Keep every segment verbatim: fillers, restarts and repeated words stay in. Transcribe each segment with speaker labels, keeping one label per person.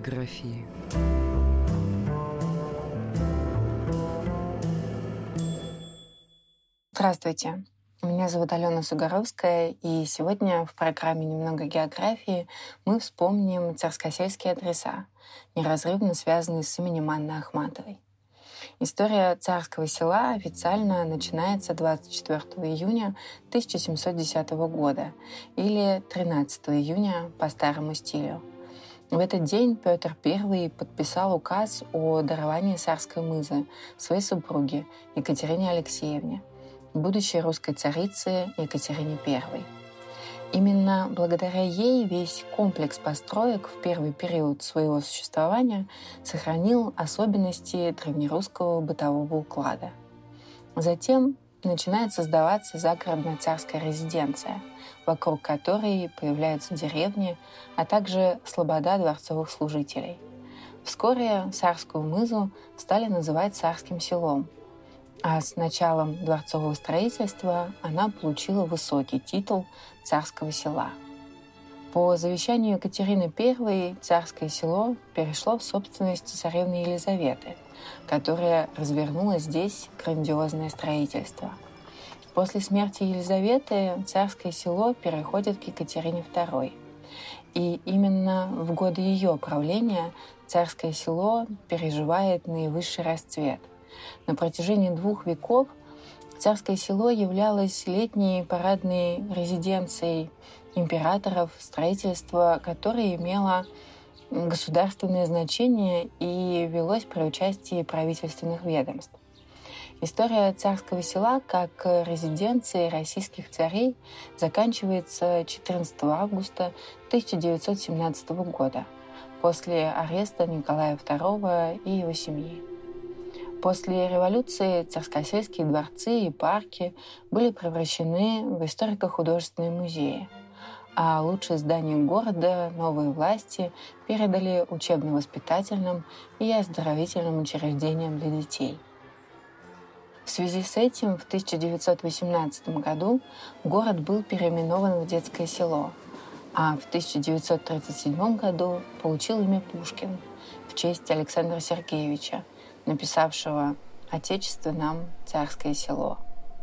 Speaker 1: географии.
Speaker 2: Здравствуйте, меня зовут Алена Сугаровская, и сегодня в программе «Немного географии» мы вспомним царскосельские адреса, неразрывно связанные с именем Анны Ахматовой. История Царского Села официально начинается двадцать четвёртого июня тысяча семьсот десятого года или тринадцатого июня по старому стилю. В этот день Петр Первый подписал указ о даровании Сарской мызы своей супруге Екатерине Алексеевне, будущей русской царице Екатерине Первой. Именно благодаря ей весь комплекс построек в первый период своего существования сохранил особенности древнерусского бытового уклада. Затем начинает создаваться загородная царская резиденция, вокруг которой появляются деревни, а также слобода дворцовых служителей. Вскоре Сарскую мызу стали называть Царским селом, а с началом дворцового строительства она получила высокий титул Царского села. По завещанию Екатерины Первой Царское село перешло в собственность цесаревны Елизаветы, которая развернула здесь грандиозное строительство. После смерти Елизаветы Царское село переходит к Екатерине Второй. И именно в годы ее правления Царское село переживает наивысший расцвет. На протяжении двух веков Царское село являлось летней парадной резиденцией императоров, строительство которое имело государственное значение и велось при участии правительственных ведомств. История Царского села как резиденции российских царей заканчивается четырнадцатого августа тысяча девятьсот семнадцатого года после ареста Николая Второго и его семьи. После революции царскосельские дворцы и парки были превращены в историко-художественные музеи, а лучшие здания города новые власти передали учебно-воспитательным и оздоровительным учреждениям для детей. В связи с этим в тысяча девятьсот восемнадцатом году город был переименован в Детское село, а в тысяча девятьсот тридцать седьмом году получил имя Пушкин в честь Александра Сергеевича, написавшего «Отечество нам Царское село».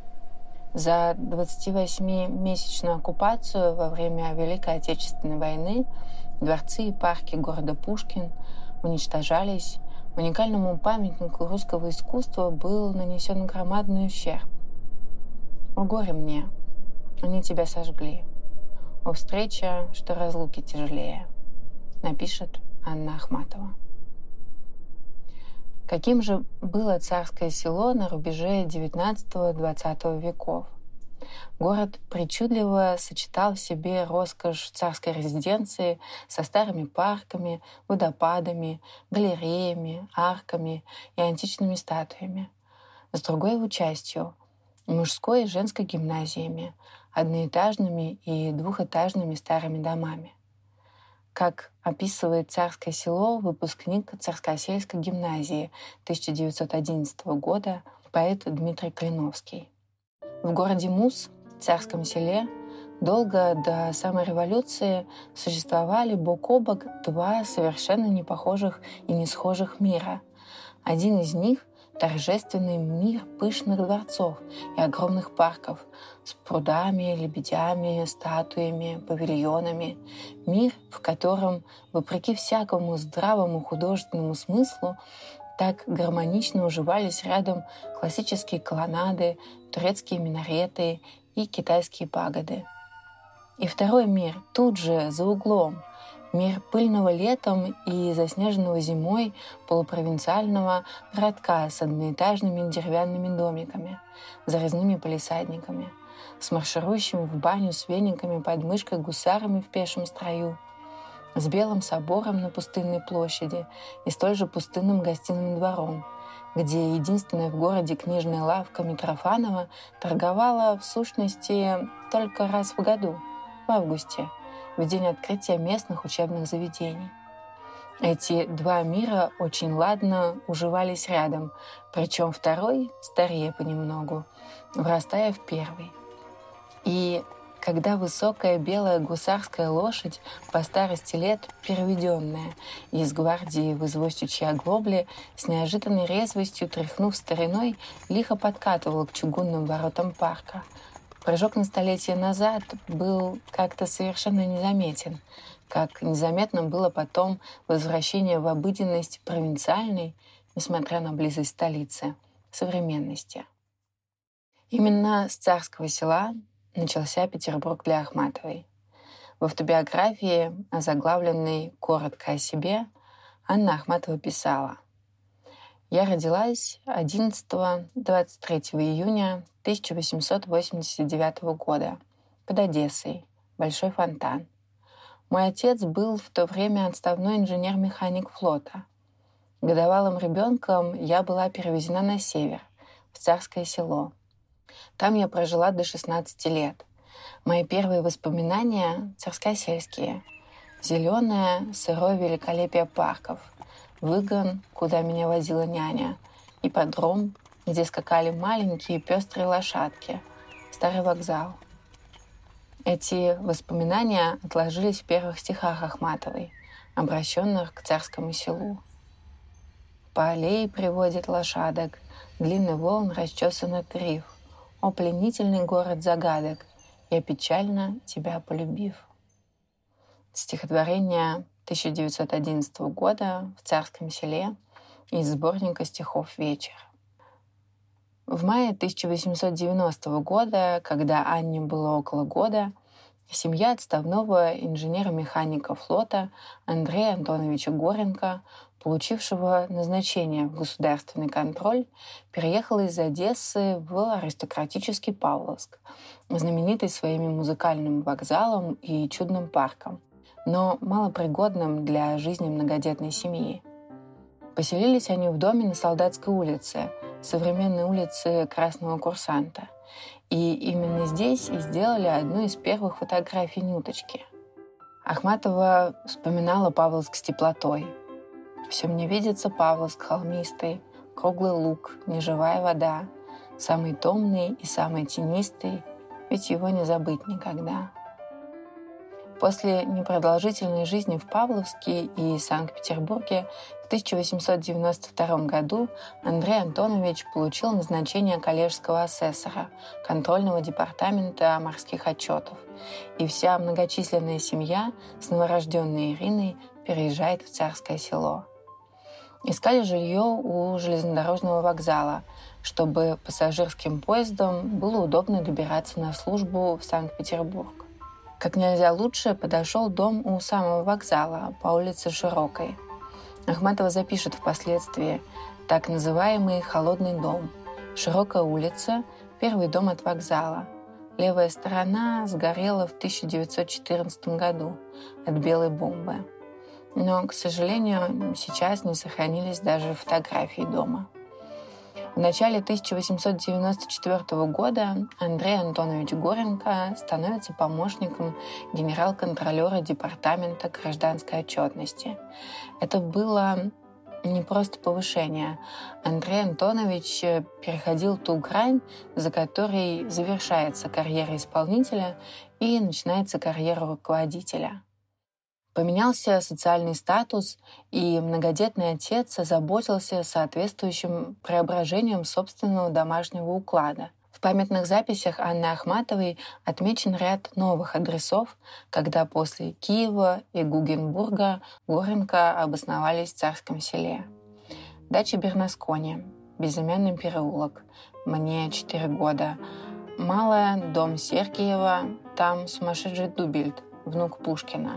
Speaker 2: За двадцативосьмимесячную оккупацию во время Великой Отечественной войны дворцы и парки города Пушкин уничтожались, уникальному памятнику русского искусства был нанесен громадный ущерб. «О горе мне, они тебя сожгли. О встреча, что разлуки тяжелее», напишет Анна Ахматова. Каким же было Царское село на рубеже девятнадцатого-двадцатого веков? Город причудливо сочетал в себе роскошь царской резиденции со старыми парками, водопадами, галереями, арками и античными статуями, с другой его частью — мужской и женской гимназиями, одноэтажными и двухэтажными старыми домами. Как описывает Царское село выпускник Царскосельской гимназии тысяча девятьсот одиннадцатого года поэт Дмитрий Клиновский. В городе Мус, Царском селе, долго до самой революции существовали бок о бок два совершенно непохожих и не схожих мира. Один из них — торжественный мир пышных дворцов и огромных парков с прудами, лебедями, статуями, павильонами. Мир, в котором, вопреки всякому здравому художественному смыслу, так гармонично уживались рядом классические колоннады, турецкие минареты и китайские пагоды. И второй мир тут же, за углом, мир пыльного летом и заснеженного зимой полупровинциального городка с одноэтажными деревянными домиками, зарезными палисадниками, с марширующими в баню с вениками под мышкой гусарами в пешем строю, с белым собором на пустынной площади и столь же пустынным гостиным двором, где единственная в городе книжная лавка Митрофанова торговала в сущности только раз в году, в августе, в день открытия местных учебных заведений. Эти два мира очень ладно уживались рядом, причем второй, старея понемногу, врастая в первый. И когда высокая белая гусарская лошадь, по старости лет переведенная из гвардии в извозчичьи оглобли, с неожиданной резвостью, тряхнув стариной, лихо подкатывал к чугунным воротам парка. Прыжок на столетие назад был как-то совершенно незаметен, как незаметным было потом возвращение в обыденность провинциальной, несмотря на близость столицы, современности. Именно с Царского Села начался Петербург для Ахматовой. В автобиографии, озаглавленной «Коротко о себе», Анна Ахматова писала: «Я родилась одиннадцатого-двадцать третьего июня тысяча восемьсот восемьдесят девятого года под Одессой, Большой Фонтан. Мой отец был в то время отставной инженер-механик флота. Годовалым ребенком я была перевезена на север, в Царское Село. Там я прожила до шестнадцати лет. Мои первые воспоминания царскосельские. Зеленое, сырое великолепие парков, выгон, куда меня возила няня, ипподром, где скакали маленькие пестрые лошадки, старый вокзал. Эти воспоминания отложились в первых стихах Ахматовой, обращенных к Царскому Селу. По аллее приводит лошадок, длинный волн расчесанный гриф. О, пленительный город загадок, я печально тебя полюбив. Стихотворение тысяча девятьсот одиннадцатого года в Царском Селе из сборника стихов «Вечер». В мае тысяча восемьсот девяностого года, когда Анне было около года, семья отставного инженера-механика флота Андрея Антоновича Горенко, получившего назначение в государственный контроль, переехала из Одессы в аристократический Павловск, знаменитый своими музыкальным вокзалом и чудным парком, но малопригодным для жизни многодетной семьи. Поселились они в доме на Солдатской улице, современной улице Красного Курсанта, и именно здесь и сделали одну из первых фотографий Нюточки. Ахматова вспоминала Павловск с теплотой. Все мне видится Павловск холмистый, круглый луг, неживая вода, самый томный и самый тенистый, ведь его не забыть никогда. После непродолжительной жизни в Павловске и Санкт-Петербурге в тысяча восемьсот девяносто втором году Андрей Антонович получил назначение коллежского асессора контрольного департамента морских отчетов, и вся многочисленная семья с новорожденной Ириной переезжает в Царское Село. Искали жилье у железнодорожного вокзала, чтобы пассажирским поездом было удобно добираться на службу в Санкт-Петербург. Как нельзя лучше подошел дом у самого вокзала по улице Широкой. Ахматова запишет впоследствии так называемый «холодный дом». Широкая улица, первый дом от вокзала. Левая сторона сгорела в тысяча девятьсот четырнадцатом году от белой бомбы. Но, к сожалению, сейчас не сохранились даже фотографии дома. В начале тысяча восемьсот девяносто четвёртого года Андрей Антонович Горенко становится помощником генерал-контролера Департамента гражданской отчетности. Это было не просто повышение. Андрей Антонович переходил ту грань, за которой завершается карьера исполнителя и начинается карьера руководителя. Поменялся социальный статус, и многодетный отец озаботился соответствующим преображением собственного домашнего уклада. В памятных записях Анны Ахматовой отмечен ряд новых адресов, когда после Киева и Гугенбурга Горенко обосновались в Царском Селе. Дача Бернаскони, безымянный переулок, мне четыре года. Малая, дом Сергиева, там сумасшедший Дубельт, внук Пушкина.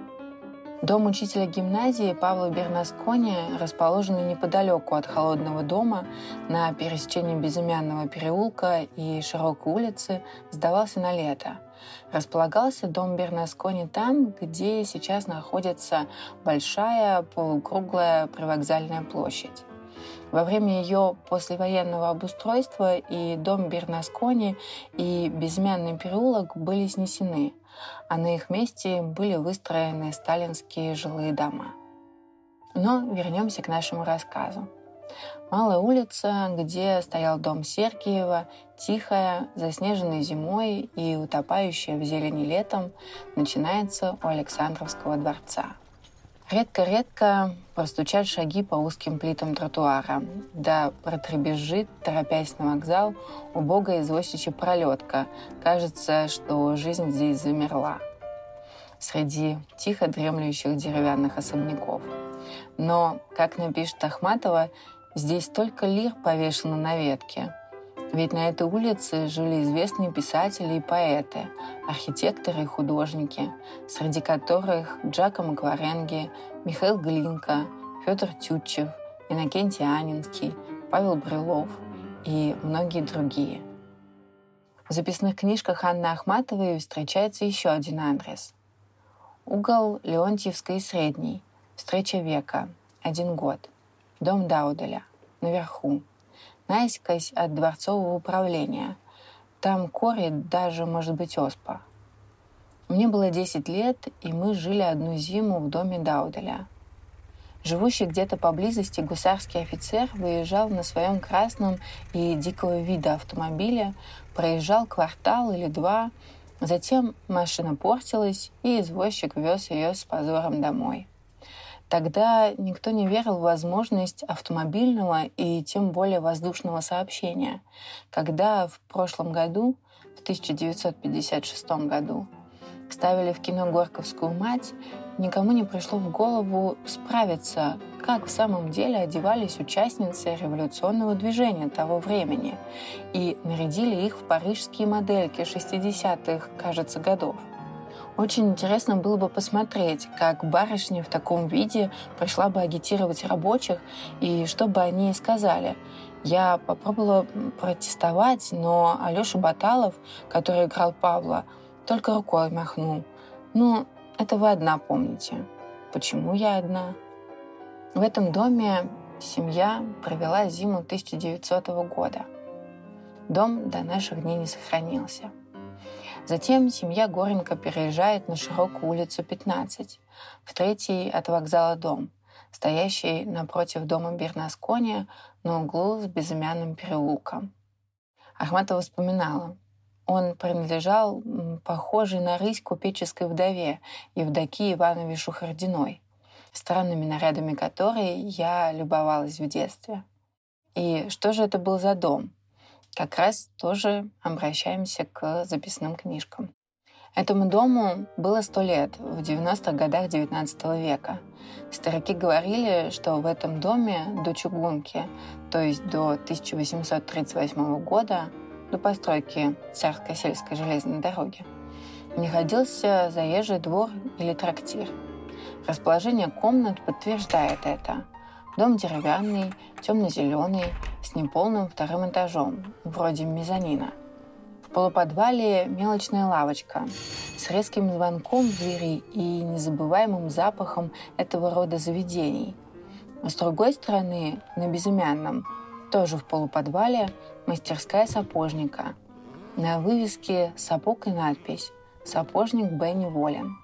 Speaker 2: Дом учителя гимназии Павла Бернаскони, расположенный неподалеку от Холодного дома на пересечении Безымянного переулка и Широкой улицы, сдавался на лето. Располагался дом Бернаскони там, где сейчас находится большая полукруглая привокзальная площадь. Во время ее послевоенного обустройства и дом Бернаскони, и Безымянный переулок были снесены, а на их месте были выстроены сталинские жилые дома. Но вернемся к нашему рассказу. Малая улица, где стоял дом Сергиева, тихая, заснеженная зимой и утопающая в зелени летом, начинается у Александровского дворца. Редко-редко простучат шаги по узким плитам тротуара, да протребезжит, торопясь на вокзал, убогая извозчичья пролетка. Кажется, что жизнь здесь замерла среди тихо дремлющих деревянных особняков. Но, как напишет Ахматова, здесь только лир повешено на ветке. Ведь на этой улице жили известные писатели и поэты, архитекторы и художники, среди которых Джакомо Кваренги, Михаил Глинка, Федор Тютчев, Иннокентий Анинский, Павел Брюлов и многие другие. В записных книжках Анны Ахматовой встречается еще один адрес. Угол Леонтьевской и Средней, встреча века, один год, дом Дауделя, наверху, наискось от дворцового управления. Там кори, даже, может быть, оспа. Мне было десять лет, и мы жили одну зиму в доме Дауделя. Живущий где-то поблизости гусарский офицер выезжал на своем красном и дикого вида автомобиле, проезжал квартал или два, затем машина портилась, и извозчик вез ее с позором домой. Тогда никто не верил в возможность автомобильного и тем более воздушного сообщения. Когда в прошлом году, в тысяча девятьсот пятьдесят шестом году, ставили в кино «Горьковскую мать», никому не пришло в голову справиться, как в самом деле одевались участницы революционного движения того времени, и нарядили их в парижские модельки шестидесятых, кажется, годов. Очень интересно было бы посмотреть, как барышня в таком виде пришла бы агитировать рабочих, и что бы они сказали. Я попробовала протестовать, но Алеша Баталов, который играл Павла, только рукой махнул. Ну, это вы одна помните. Почему я одна? В этом доме семья провела зиму тысяча девятисотого года. Дом до наших дней не сохранился. Затем семья Горенко переезжает на широкую улицу пятнадцать, в третий от вокзала дом, стоящий напротив дома Бернаскони на углу с безымянным переулком. Ахматова вспоминала. Он принадлежал похожей на рысь купеческой вдове Евдокии Ивановне Шухардиной, странными нарядами которой я любовалась в детстве. И что же это был за дом? Как раз тоже обращаемся к записным книжкам. Этому дому было сто лет в девяностых годах девятнадцатого века. Старики говорили, что в этом доме до чугунки, то есть до тысяча восемьсот тридцать восьмого года, до постройки Царско-сельской железной дороги, находился заезжий двор или трактир. Расположение комнат подтверждает это. Дом деревянный, темно-зеленый, с неполным вторым этажом, вроде мезонина. В полуподвале мелочная лавочка с резким звонком в двери и незабываемым запахом этого рода заведений. С другой стороны, на безымянном, тоже в полуподвале, мастерская сапожника. На вывеске сапог и надпись «Сапожник Б. Неволин».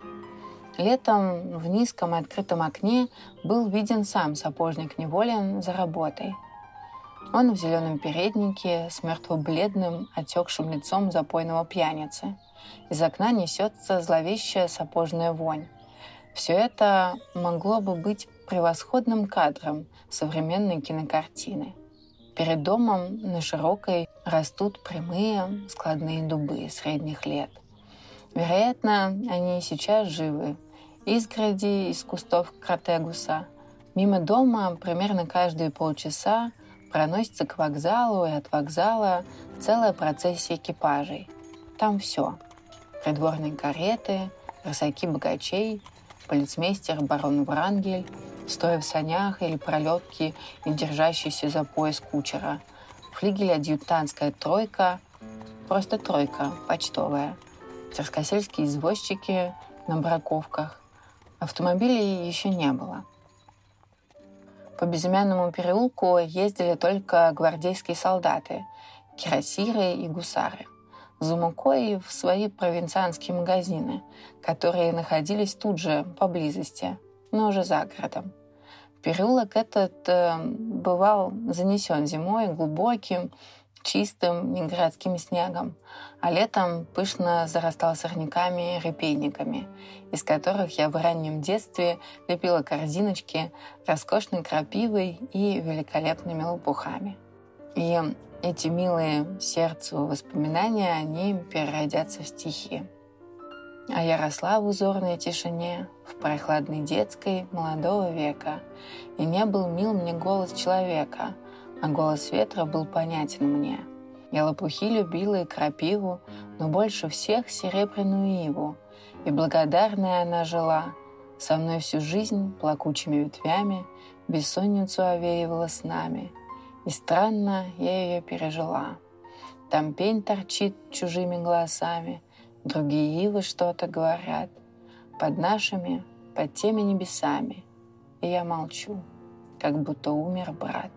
Speaker 2: Летом в низком открытом окне был виден сам сапожник Неволин за работой. Он в зеленом переднике с мертво-бледным, отекшим лицом запойного пьяницы. Из окна несется зловещая сапожная вонь. Все это могло бы быть превосходным кадром современной кинокартины. Перед домом на широкой растут прямые складные дубы средних лет. Вероятно, они и сейчас живы. Изгороди из кустов кротегуса. Мимо дома примерно каждые полчаса проносится к вокзалу, и от вокзала целая процессия экипажей. Там все. Придворные кареты, рысаки-богачей, полицмейстер барон Врангель, стоя в санях или пролетки и держащийся за пояс кучера, флигель-адъютантская тройка, просто тройка, почтовая, царскосельские извозчики на браковках. Автомобилей еще не было. По безымянному переулку ездили только гвардейские солдаты, кирасиры и гусары. За мукой в свои провинцианские магазины, которые находились тут же, поблизости, но уже за городом. Переулок этот э, бывал занесен зимой глубоким, чистым, не городским снегом, а летом пышно зарастал сорняками и репейниками, из которых я в раннем детстве лепила корзиночки роскошной крапивой и великолепными лопухами. И эти милые сердцу воспоминания, они переродятся в стихи. А я росла в узорной тишине, в прохладной детской молодого века, и не был мил мне голос человека, а голос ветра был понятен мне. Я лопухи любила и крапиву, но больше всех серебряную иву, и благодарная она жила, со мной всю жизнь плакучими ветвями бессонницу овеивала снами, и странно я ее пережила. Там пень торчит чужими голосами, другие ивы что-то говорят, под нашими, под теми небесами, и я молчу, как будто умер брат.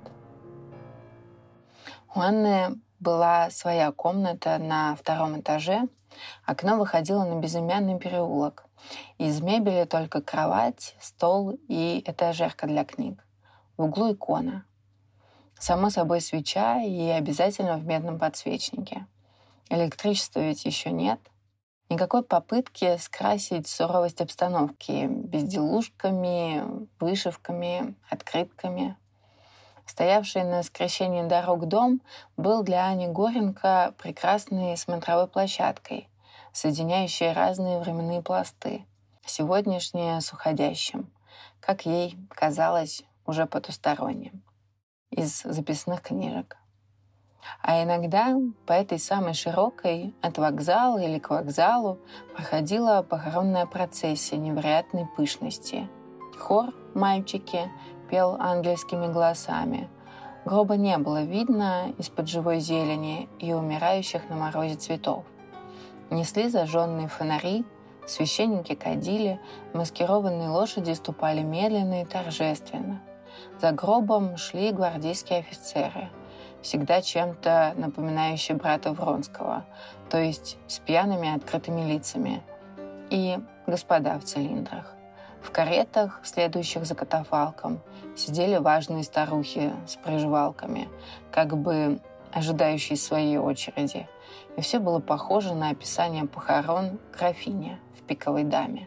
Speaker 2: У Анны была своя комната на втором этаже, окно выходило на безымянный переулок. Из мебели только кровать, стол и этажерка для книг. В углу икона. Само собой свеча и обязательно в медном подсвечнике. Электричества ведь еще нет. Никакой попытки скрасить суровость обстановки безделушками, вышивками, открытками. Стоявший на скрещении дорог дом был для Ани Горенко прекрасной смотровой площадкой, соединяющей разные временные пласты, сегодняшнее с уходящим, как ей казалось, уже потусторонним, из записных книжек. А иногда по этой самой широкой от вокзала или к вокзалу проходила похоронная процессия невероятной пышности. Хор «Мальчики» пел ангельскими голосами. Гроба не было видно из-под живой зелени и умирающих на морозе цветов. Несли зажженные фонари, священники кадили, маскированные лошади ступали медленно и торжественно. За гробом шли гвардейские офицеры, всегда чем-то напоминающие брата Вронского, то есть с пьяными открытыми лицами, и господа в цилиндрах. В каретах, следующих за катафалком, сидели важные старухи с приживалками, как бы ожидающие своей очереди. И все было похоже на описание похорон графини в «Пиковой даме».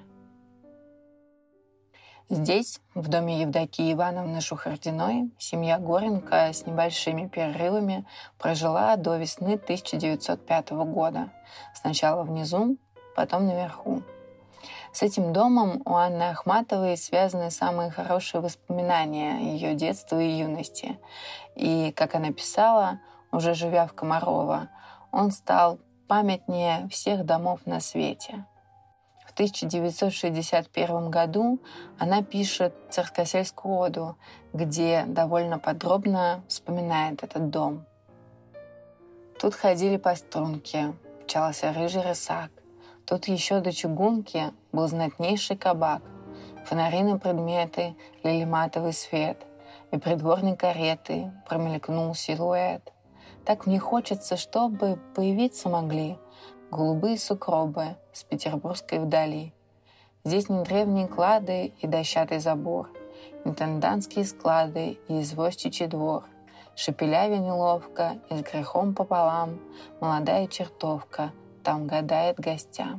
Speaker 2: Здесь, в доме Евдокии Ивановны Шухардиной, семья Горенко с небольшими перерывами прожила до весны тысяча девятьсот пятого года. Сначала внизу, потом наверху. С этим домом у Анны Ахматовой связаны самые хорошие воспоминания ее детства и юности. И, как она писала, уже живя в Комарово, он стал памятнее всех домов на свете. В тысяча девятьсот шестьдесят первом году она пишет «Царскосельскую оду», где довольно подробно вспоминает этот дом. Тут ходили по струнке, пчался рыжий рысак. Тут еще до чугунки был знатнейший кабак, фонари на предметы, лили матовый свет, и придворной кареты промелькнул силуэт. Так мне хочется, чтобы появиться могли голубые сукробы с петербургской вдали. Здесь не древние клады и дощатый забор, интендантские склады и извозчичий двор, шепелявя неловко и с грехом пополам молодая чертовка там гадает гостям.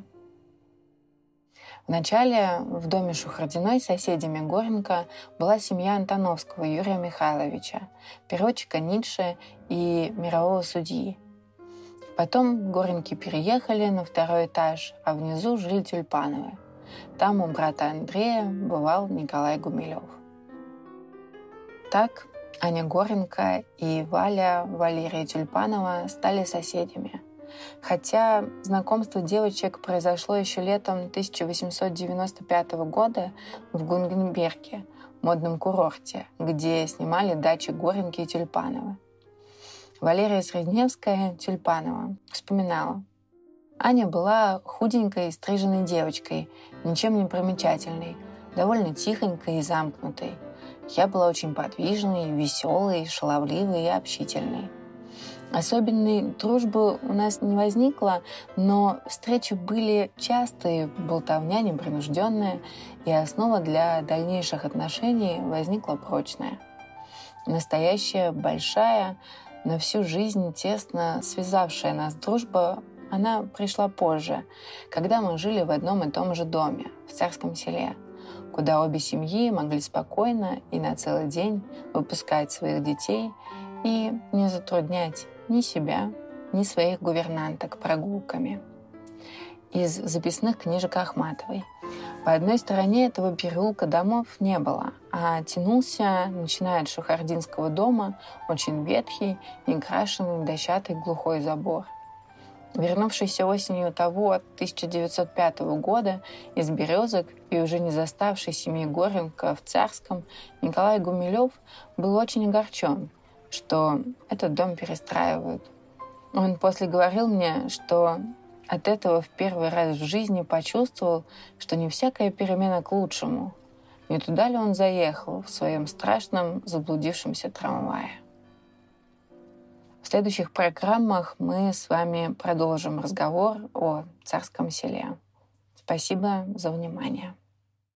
Speaker 2: Вначале в доме Шухардиной соседями Горенко была семья Антоновского Юрия Михайловича, переводчика Ницше и мирового судьи. Потом Горенки переехали на второй этаж, а внизу жили Тюльпановы. Там у брата Андрея бывал Николай Гумилев. Так Аня Горенко и Валя Валерия Тюльпанова стали соседями. Хотя знакомство девочек произошло еще летом тысяча восемьсот девяносто пятого года в Гунгенберге, модном курорте, где снимали дачи Горенки и Тюльпановы. Валерия Средневская Тюльпанова вспоминала: Аня была худенькой, стриженной девочкой, ничем не примечательной, довольно тихонькой и замкнутой. Я была очень подвижной, веселой, шаловливой и общительной. Особенной дружбы у нас не возникло, но встречи были частые, болтовня непринужденная, и основа для дальнейших отношений возникла прочная. Настоящая, большая, на всю жизнь тесно связавшая нас дружба, она пришла позже, когда мы жили в одном и том же доме, в Царском Селе, куда обе семьи могли спокойно и на целый день выпускать своих детей и не затруднять ни себя, ни своих гувернанток прогулками. Из записных книжек Ахматовой. По одной стороне этого переулка домов не было, а тянулся, начиная от Шухардинского дома, очень ветхий, некрашенный дощатый глухой забор. Вернувшийся осенью того тысяча девятьсот пятого года из Березок и уже не заставший семьи Горенко в Царском, Николай Гумилев был очень огорчен, что этот дом перестраивают. Он после говорил мне, что от этого в первый раз в жизни почувствовал, что не всякая перемена к лучшему. Не туда ли он заехал в своем страшном заблудившемся трамвае? В следующих программах мы с вами продолжим разговор о Царском Селе. Спасибо за внимание.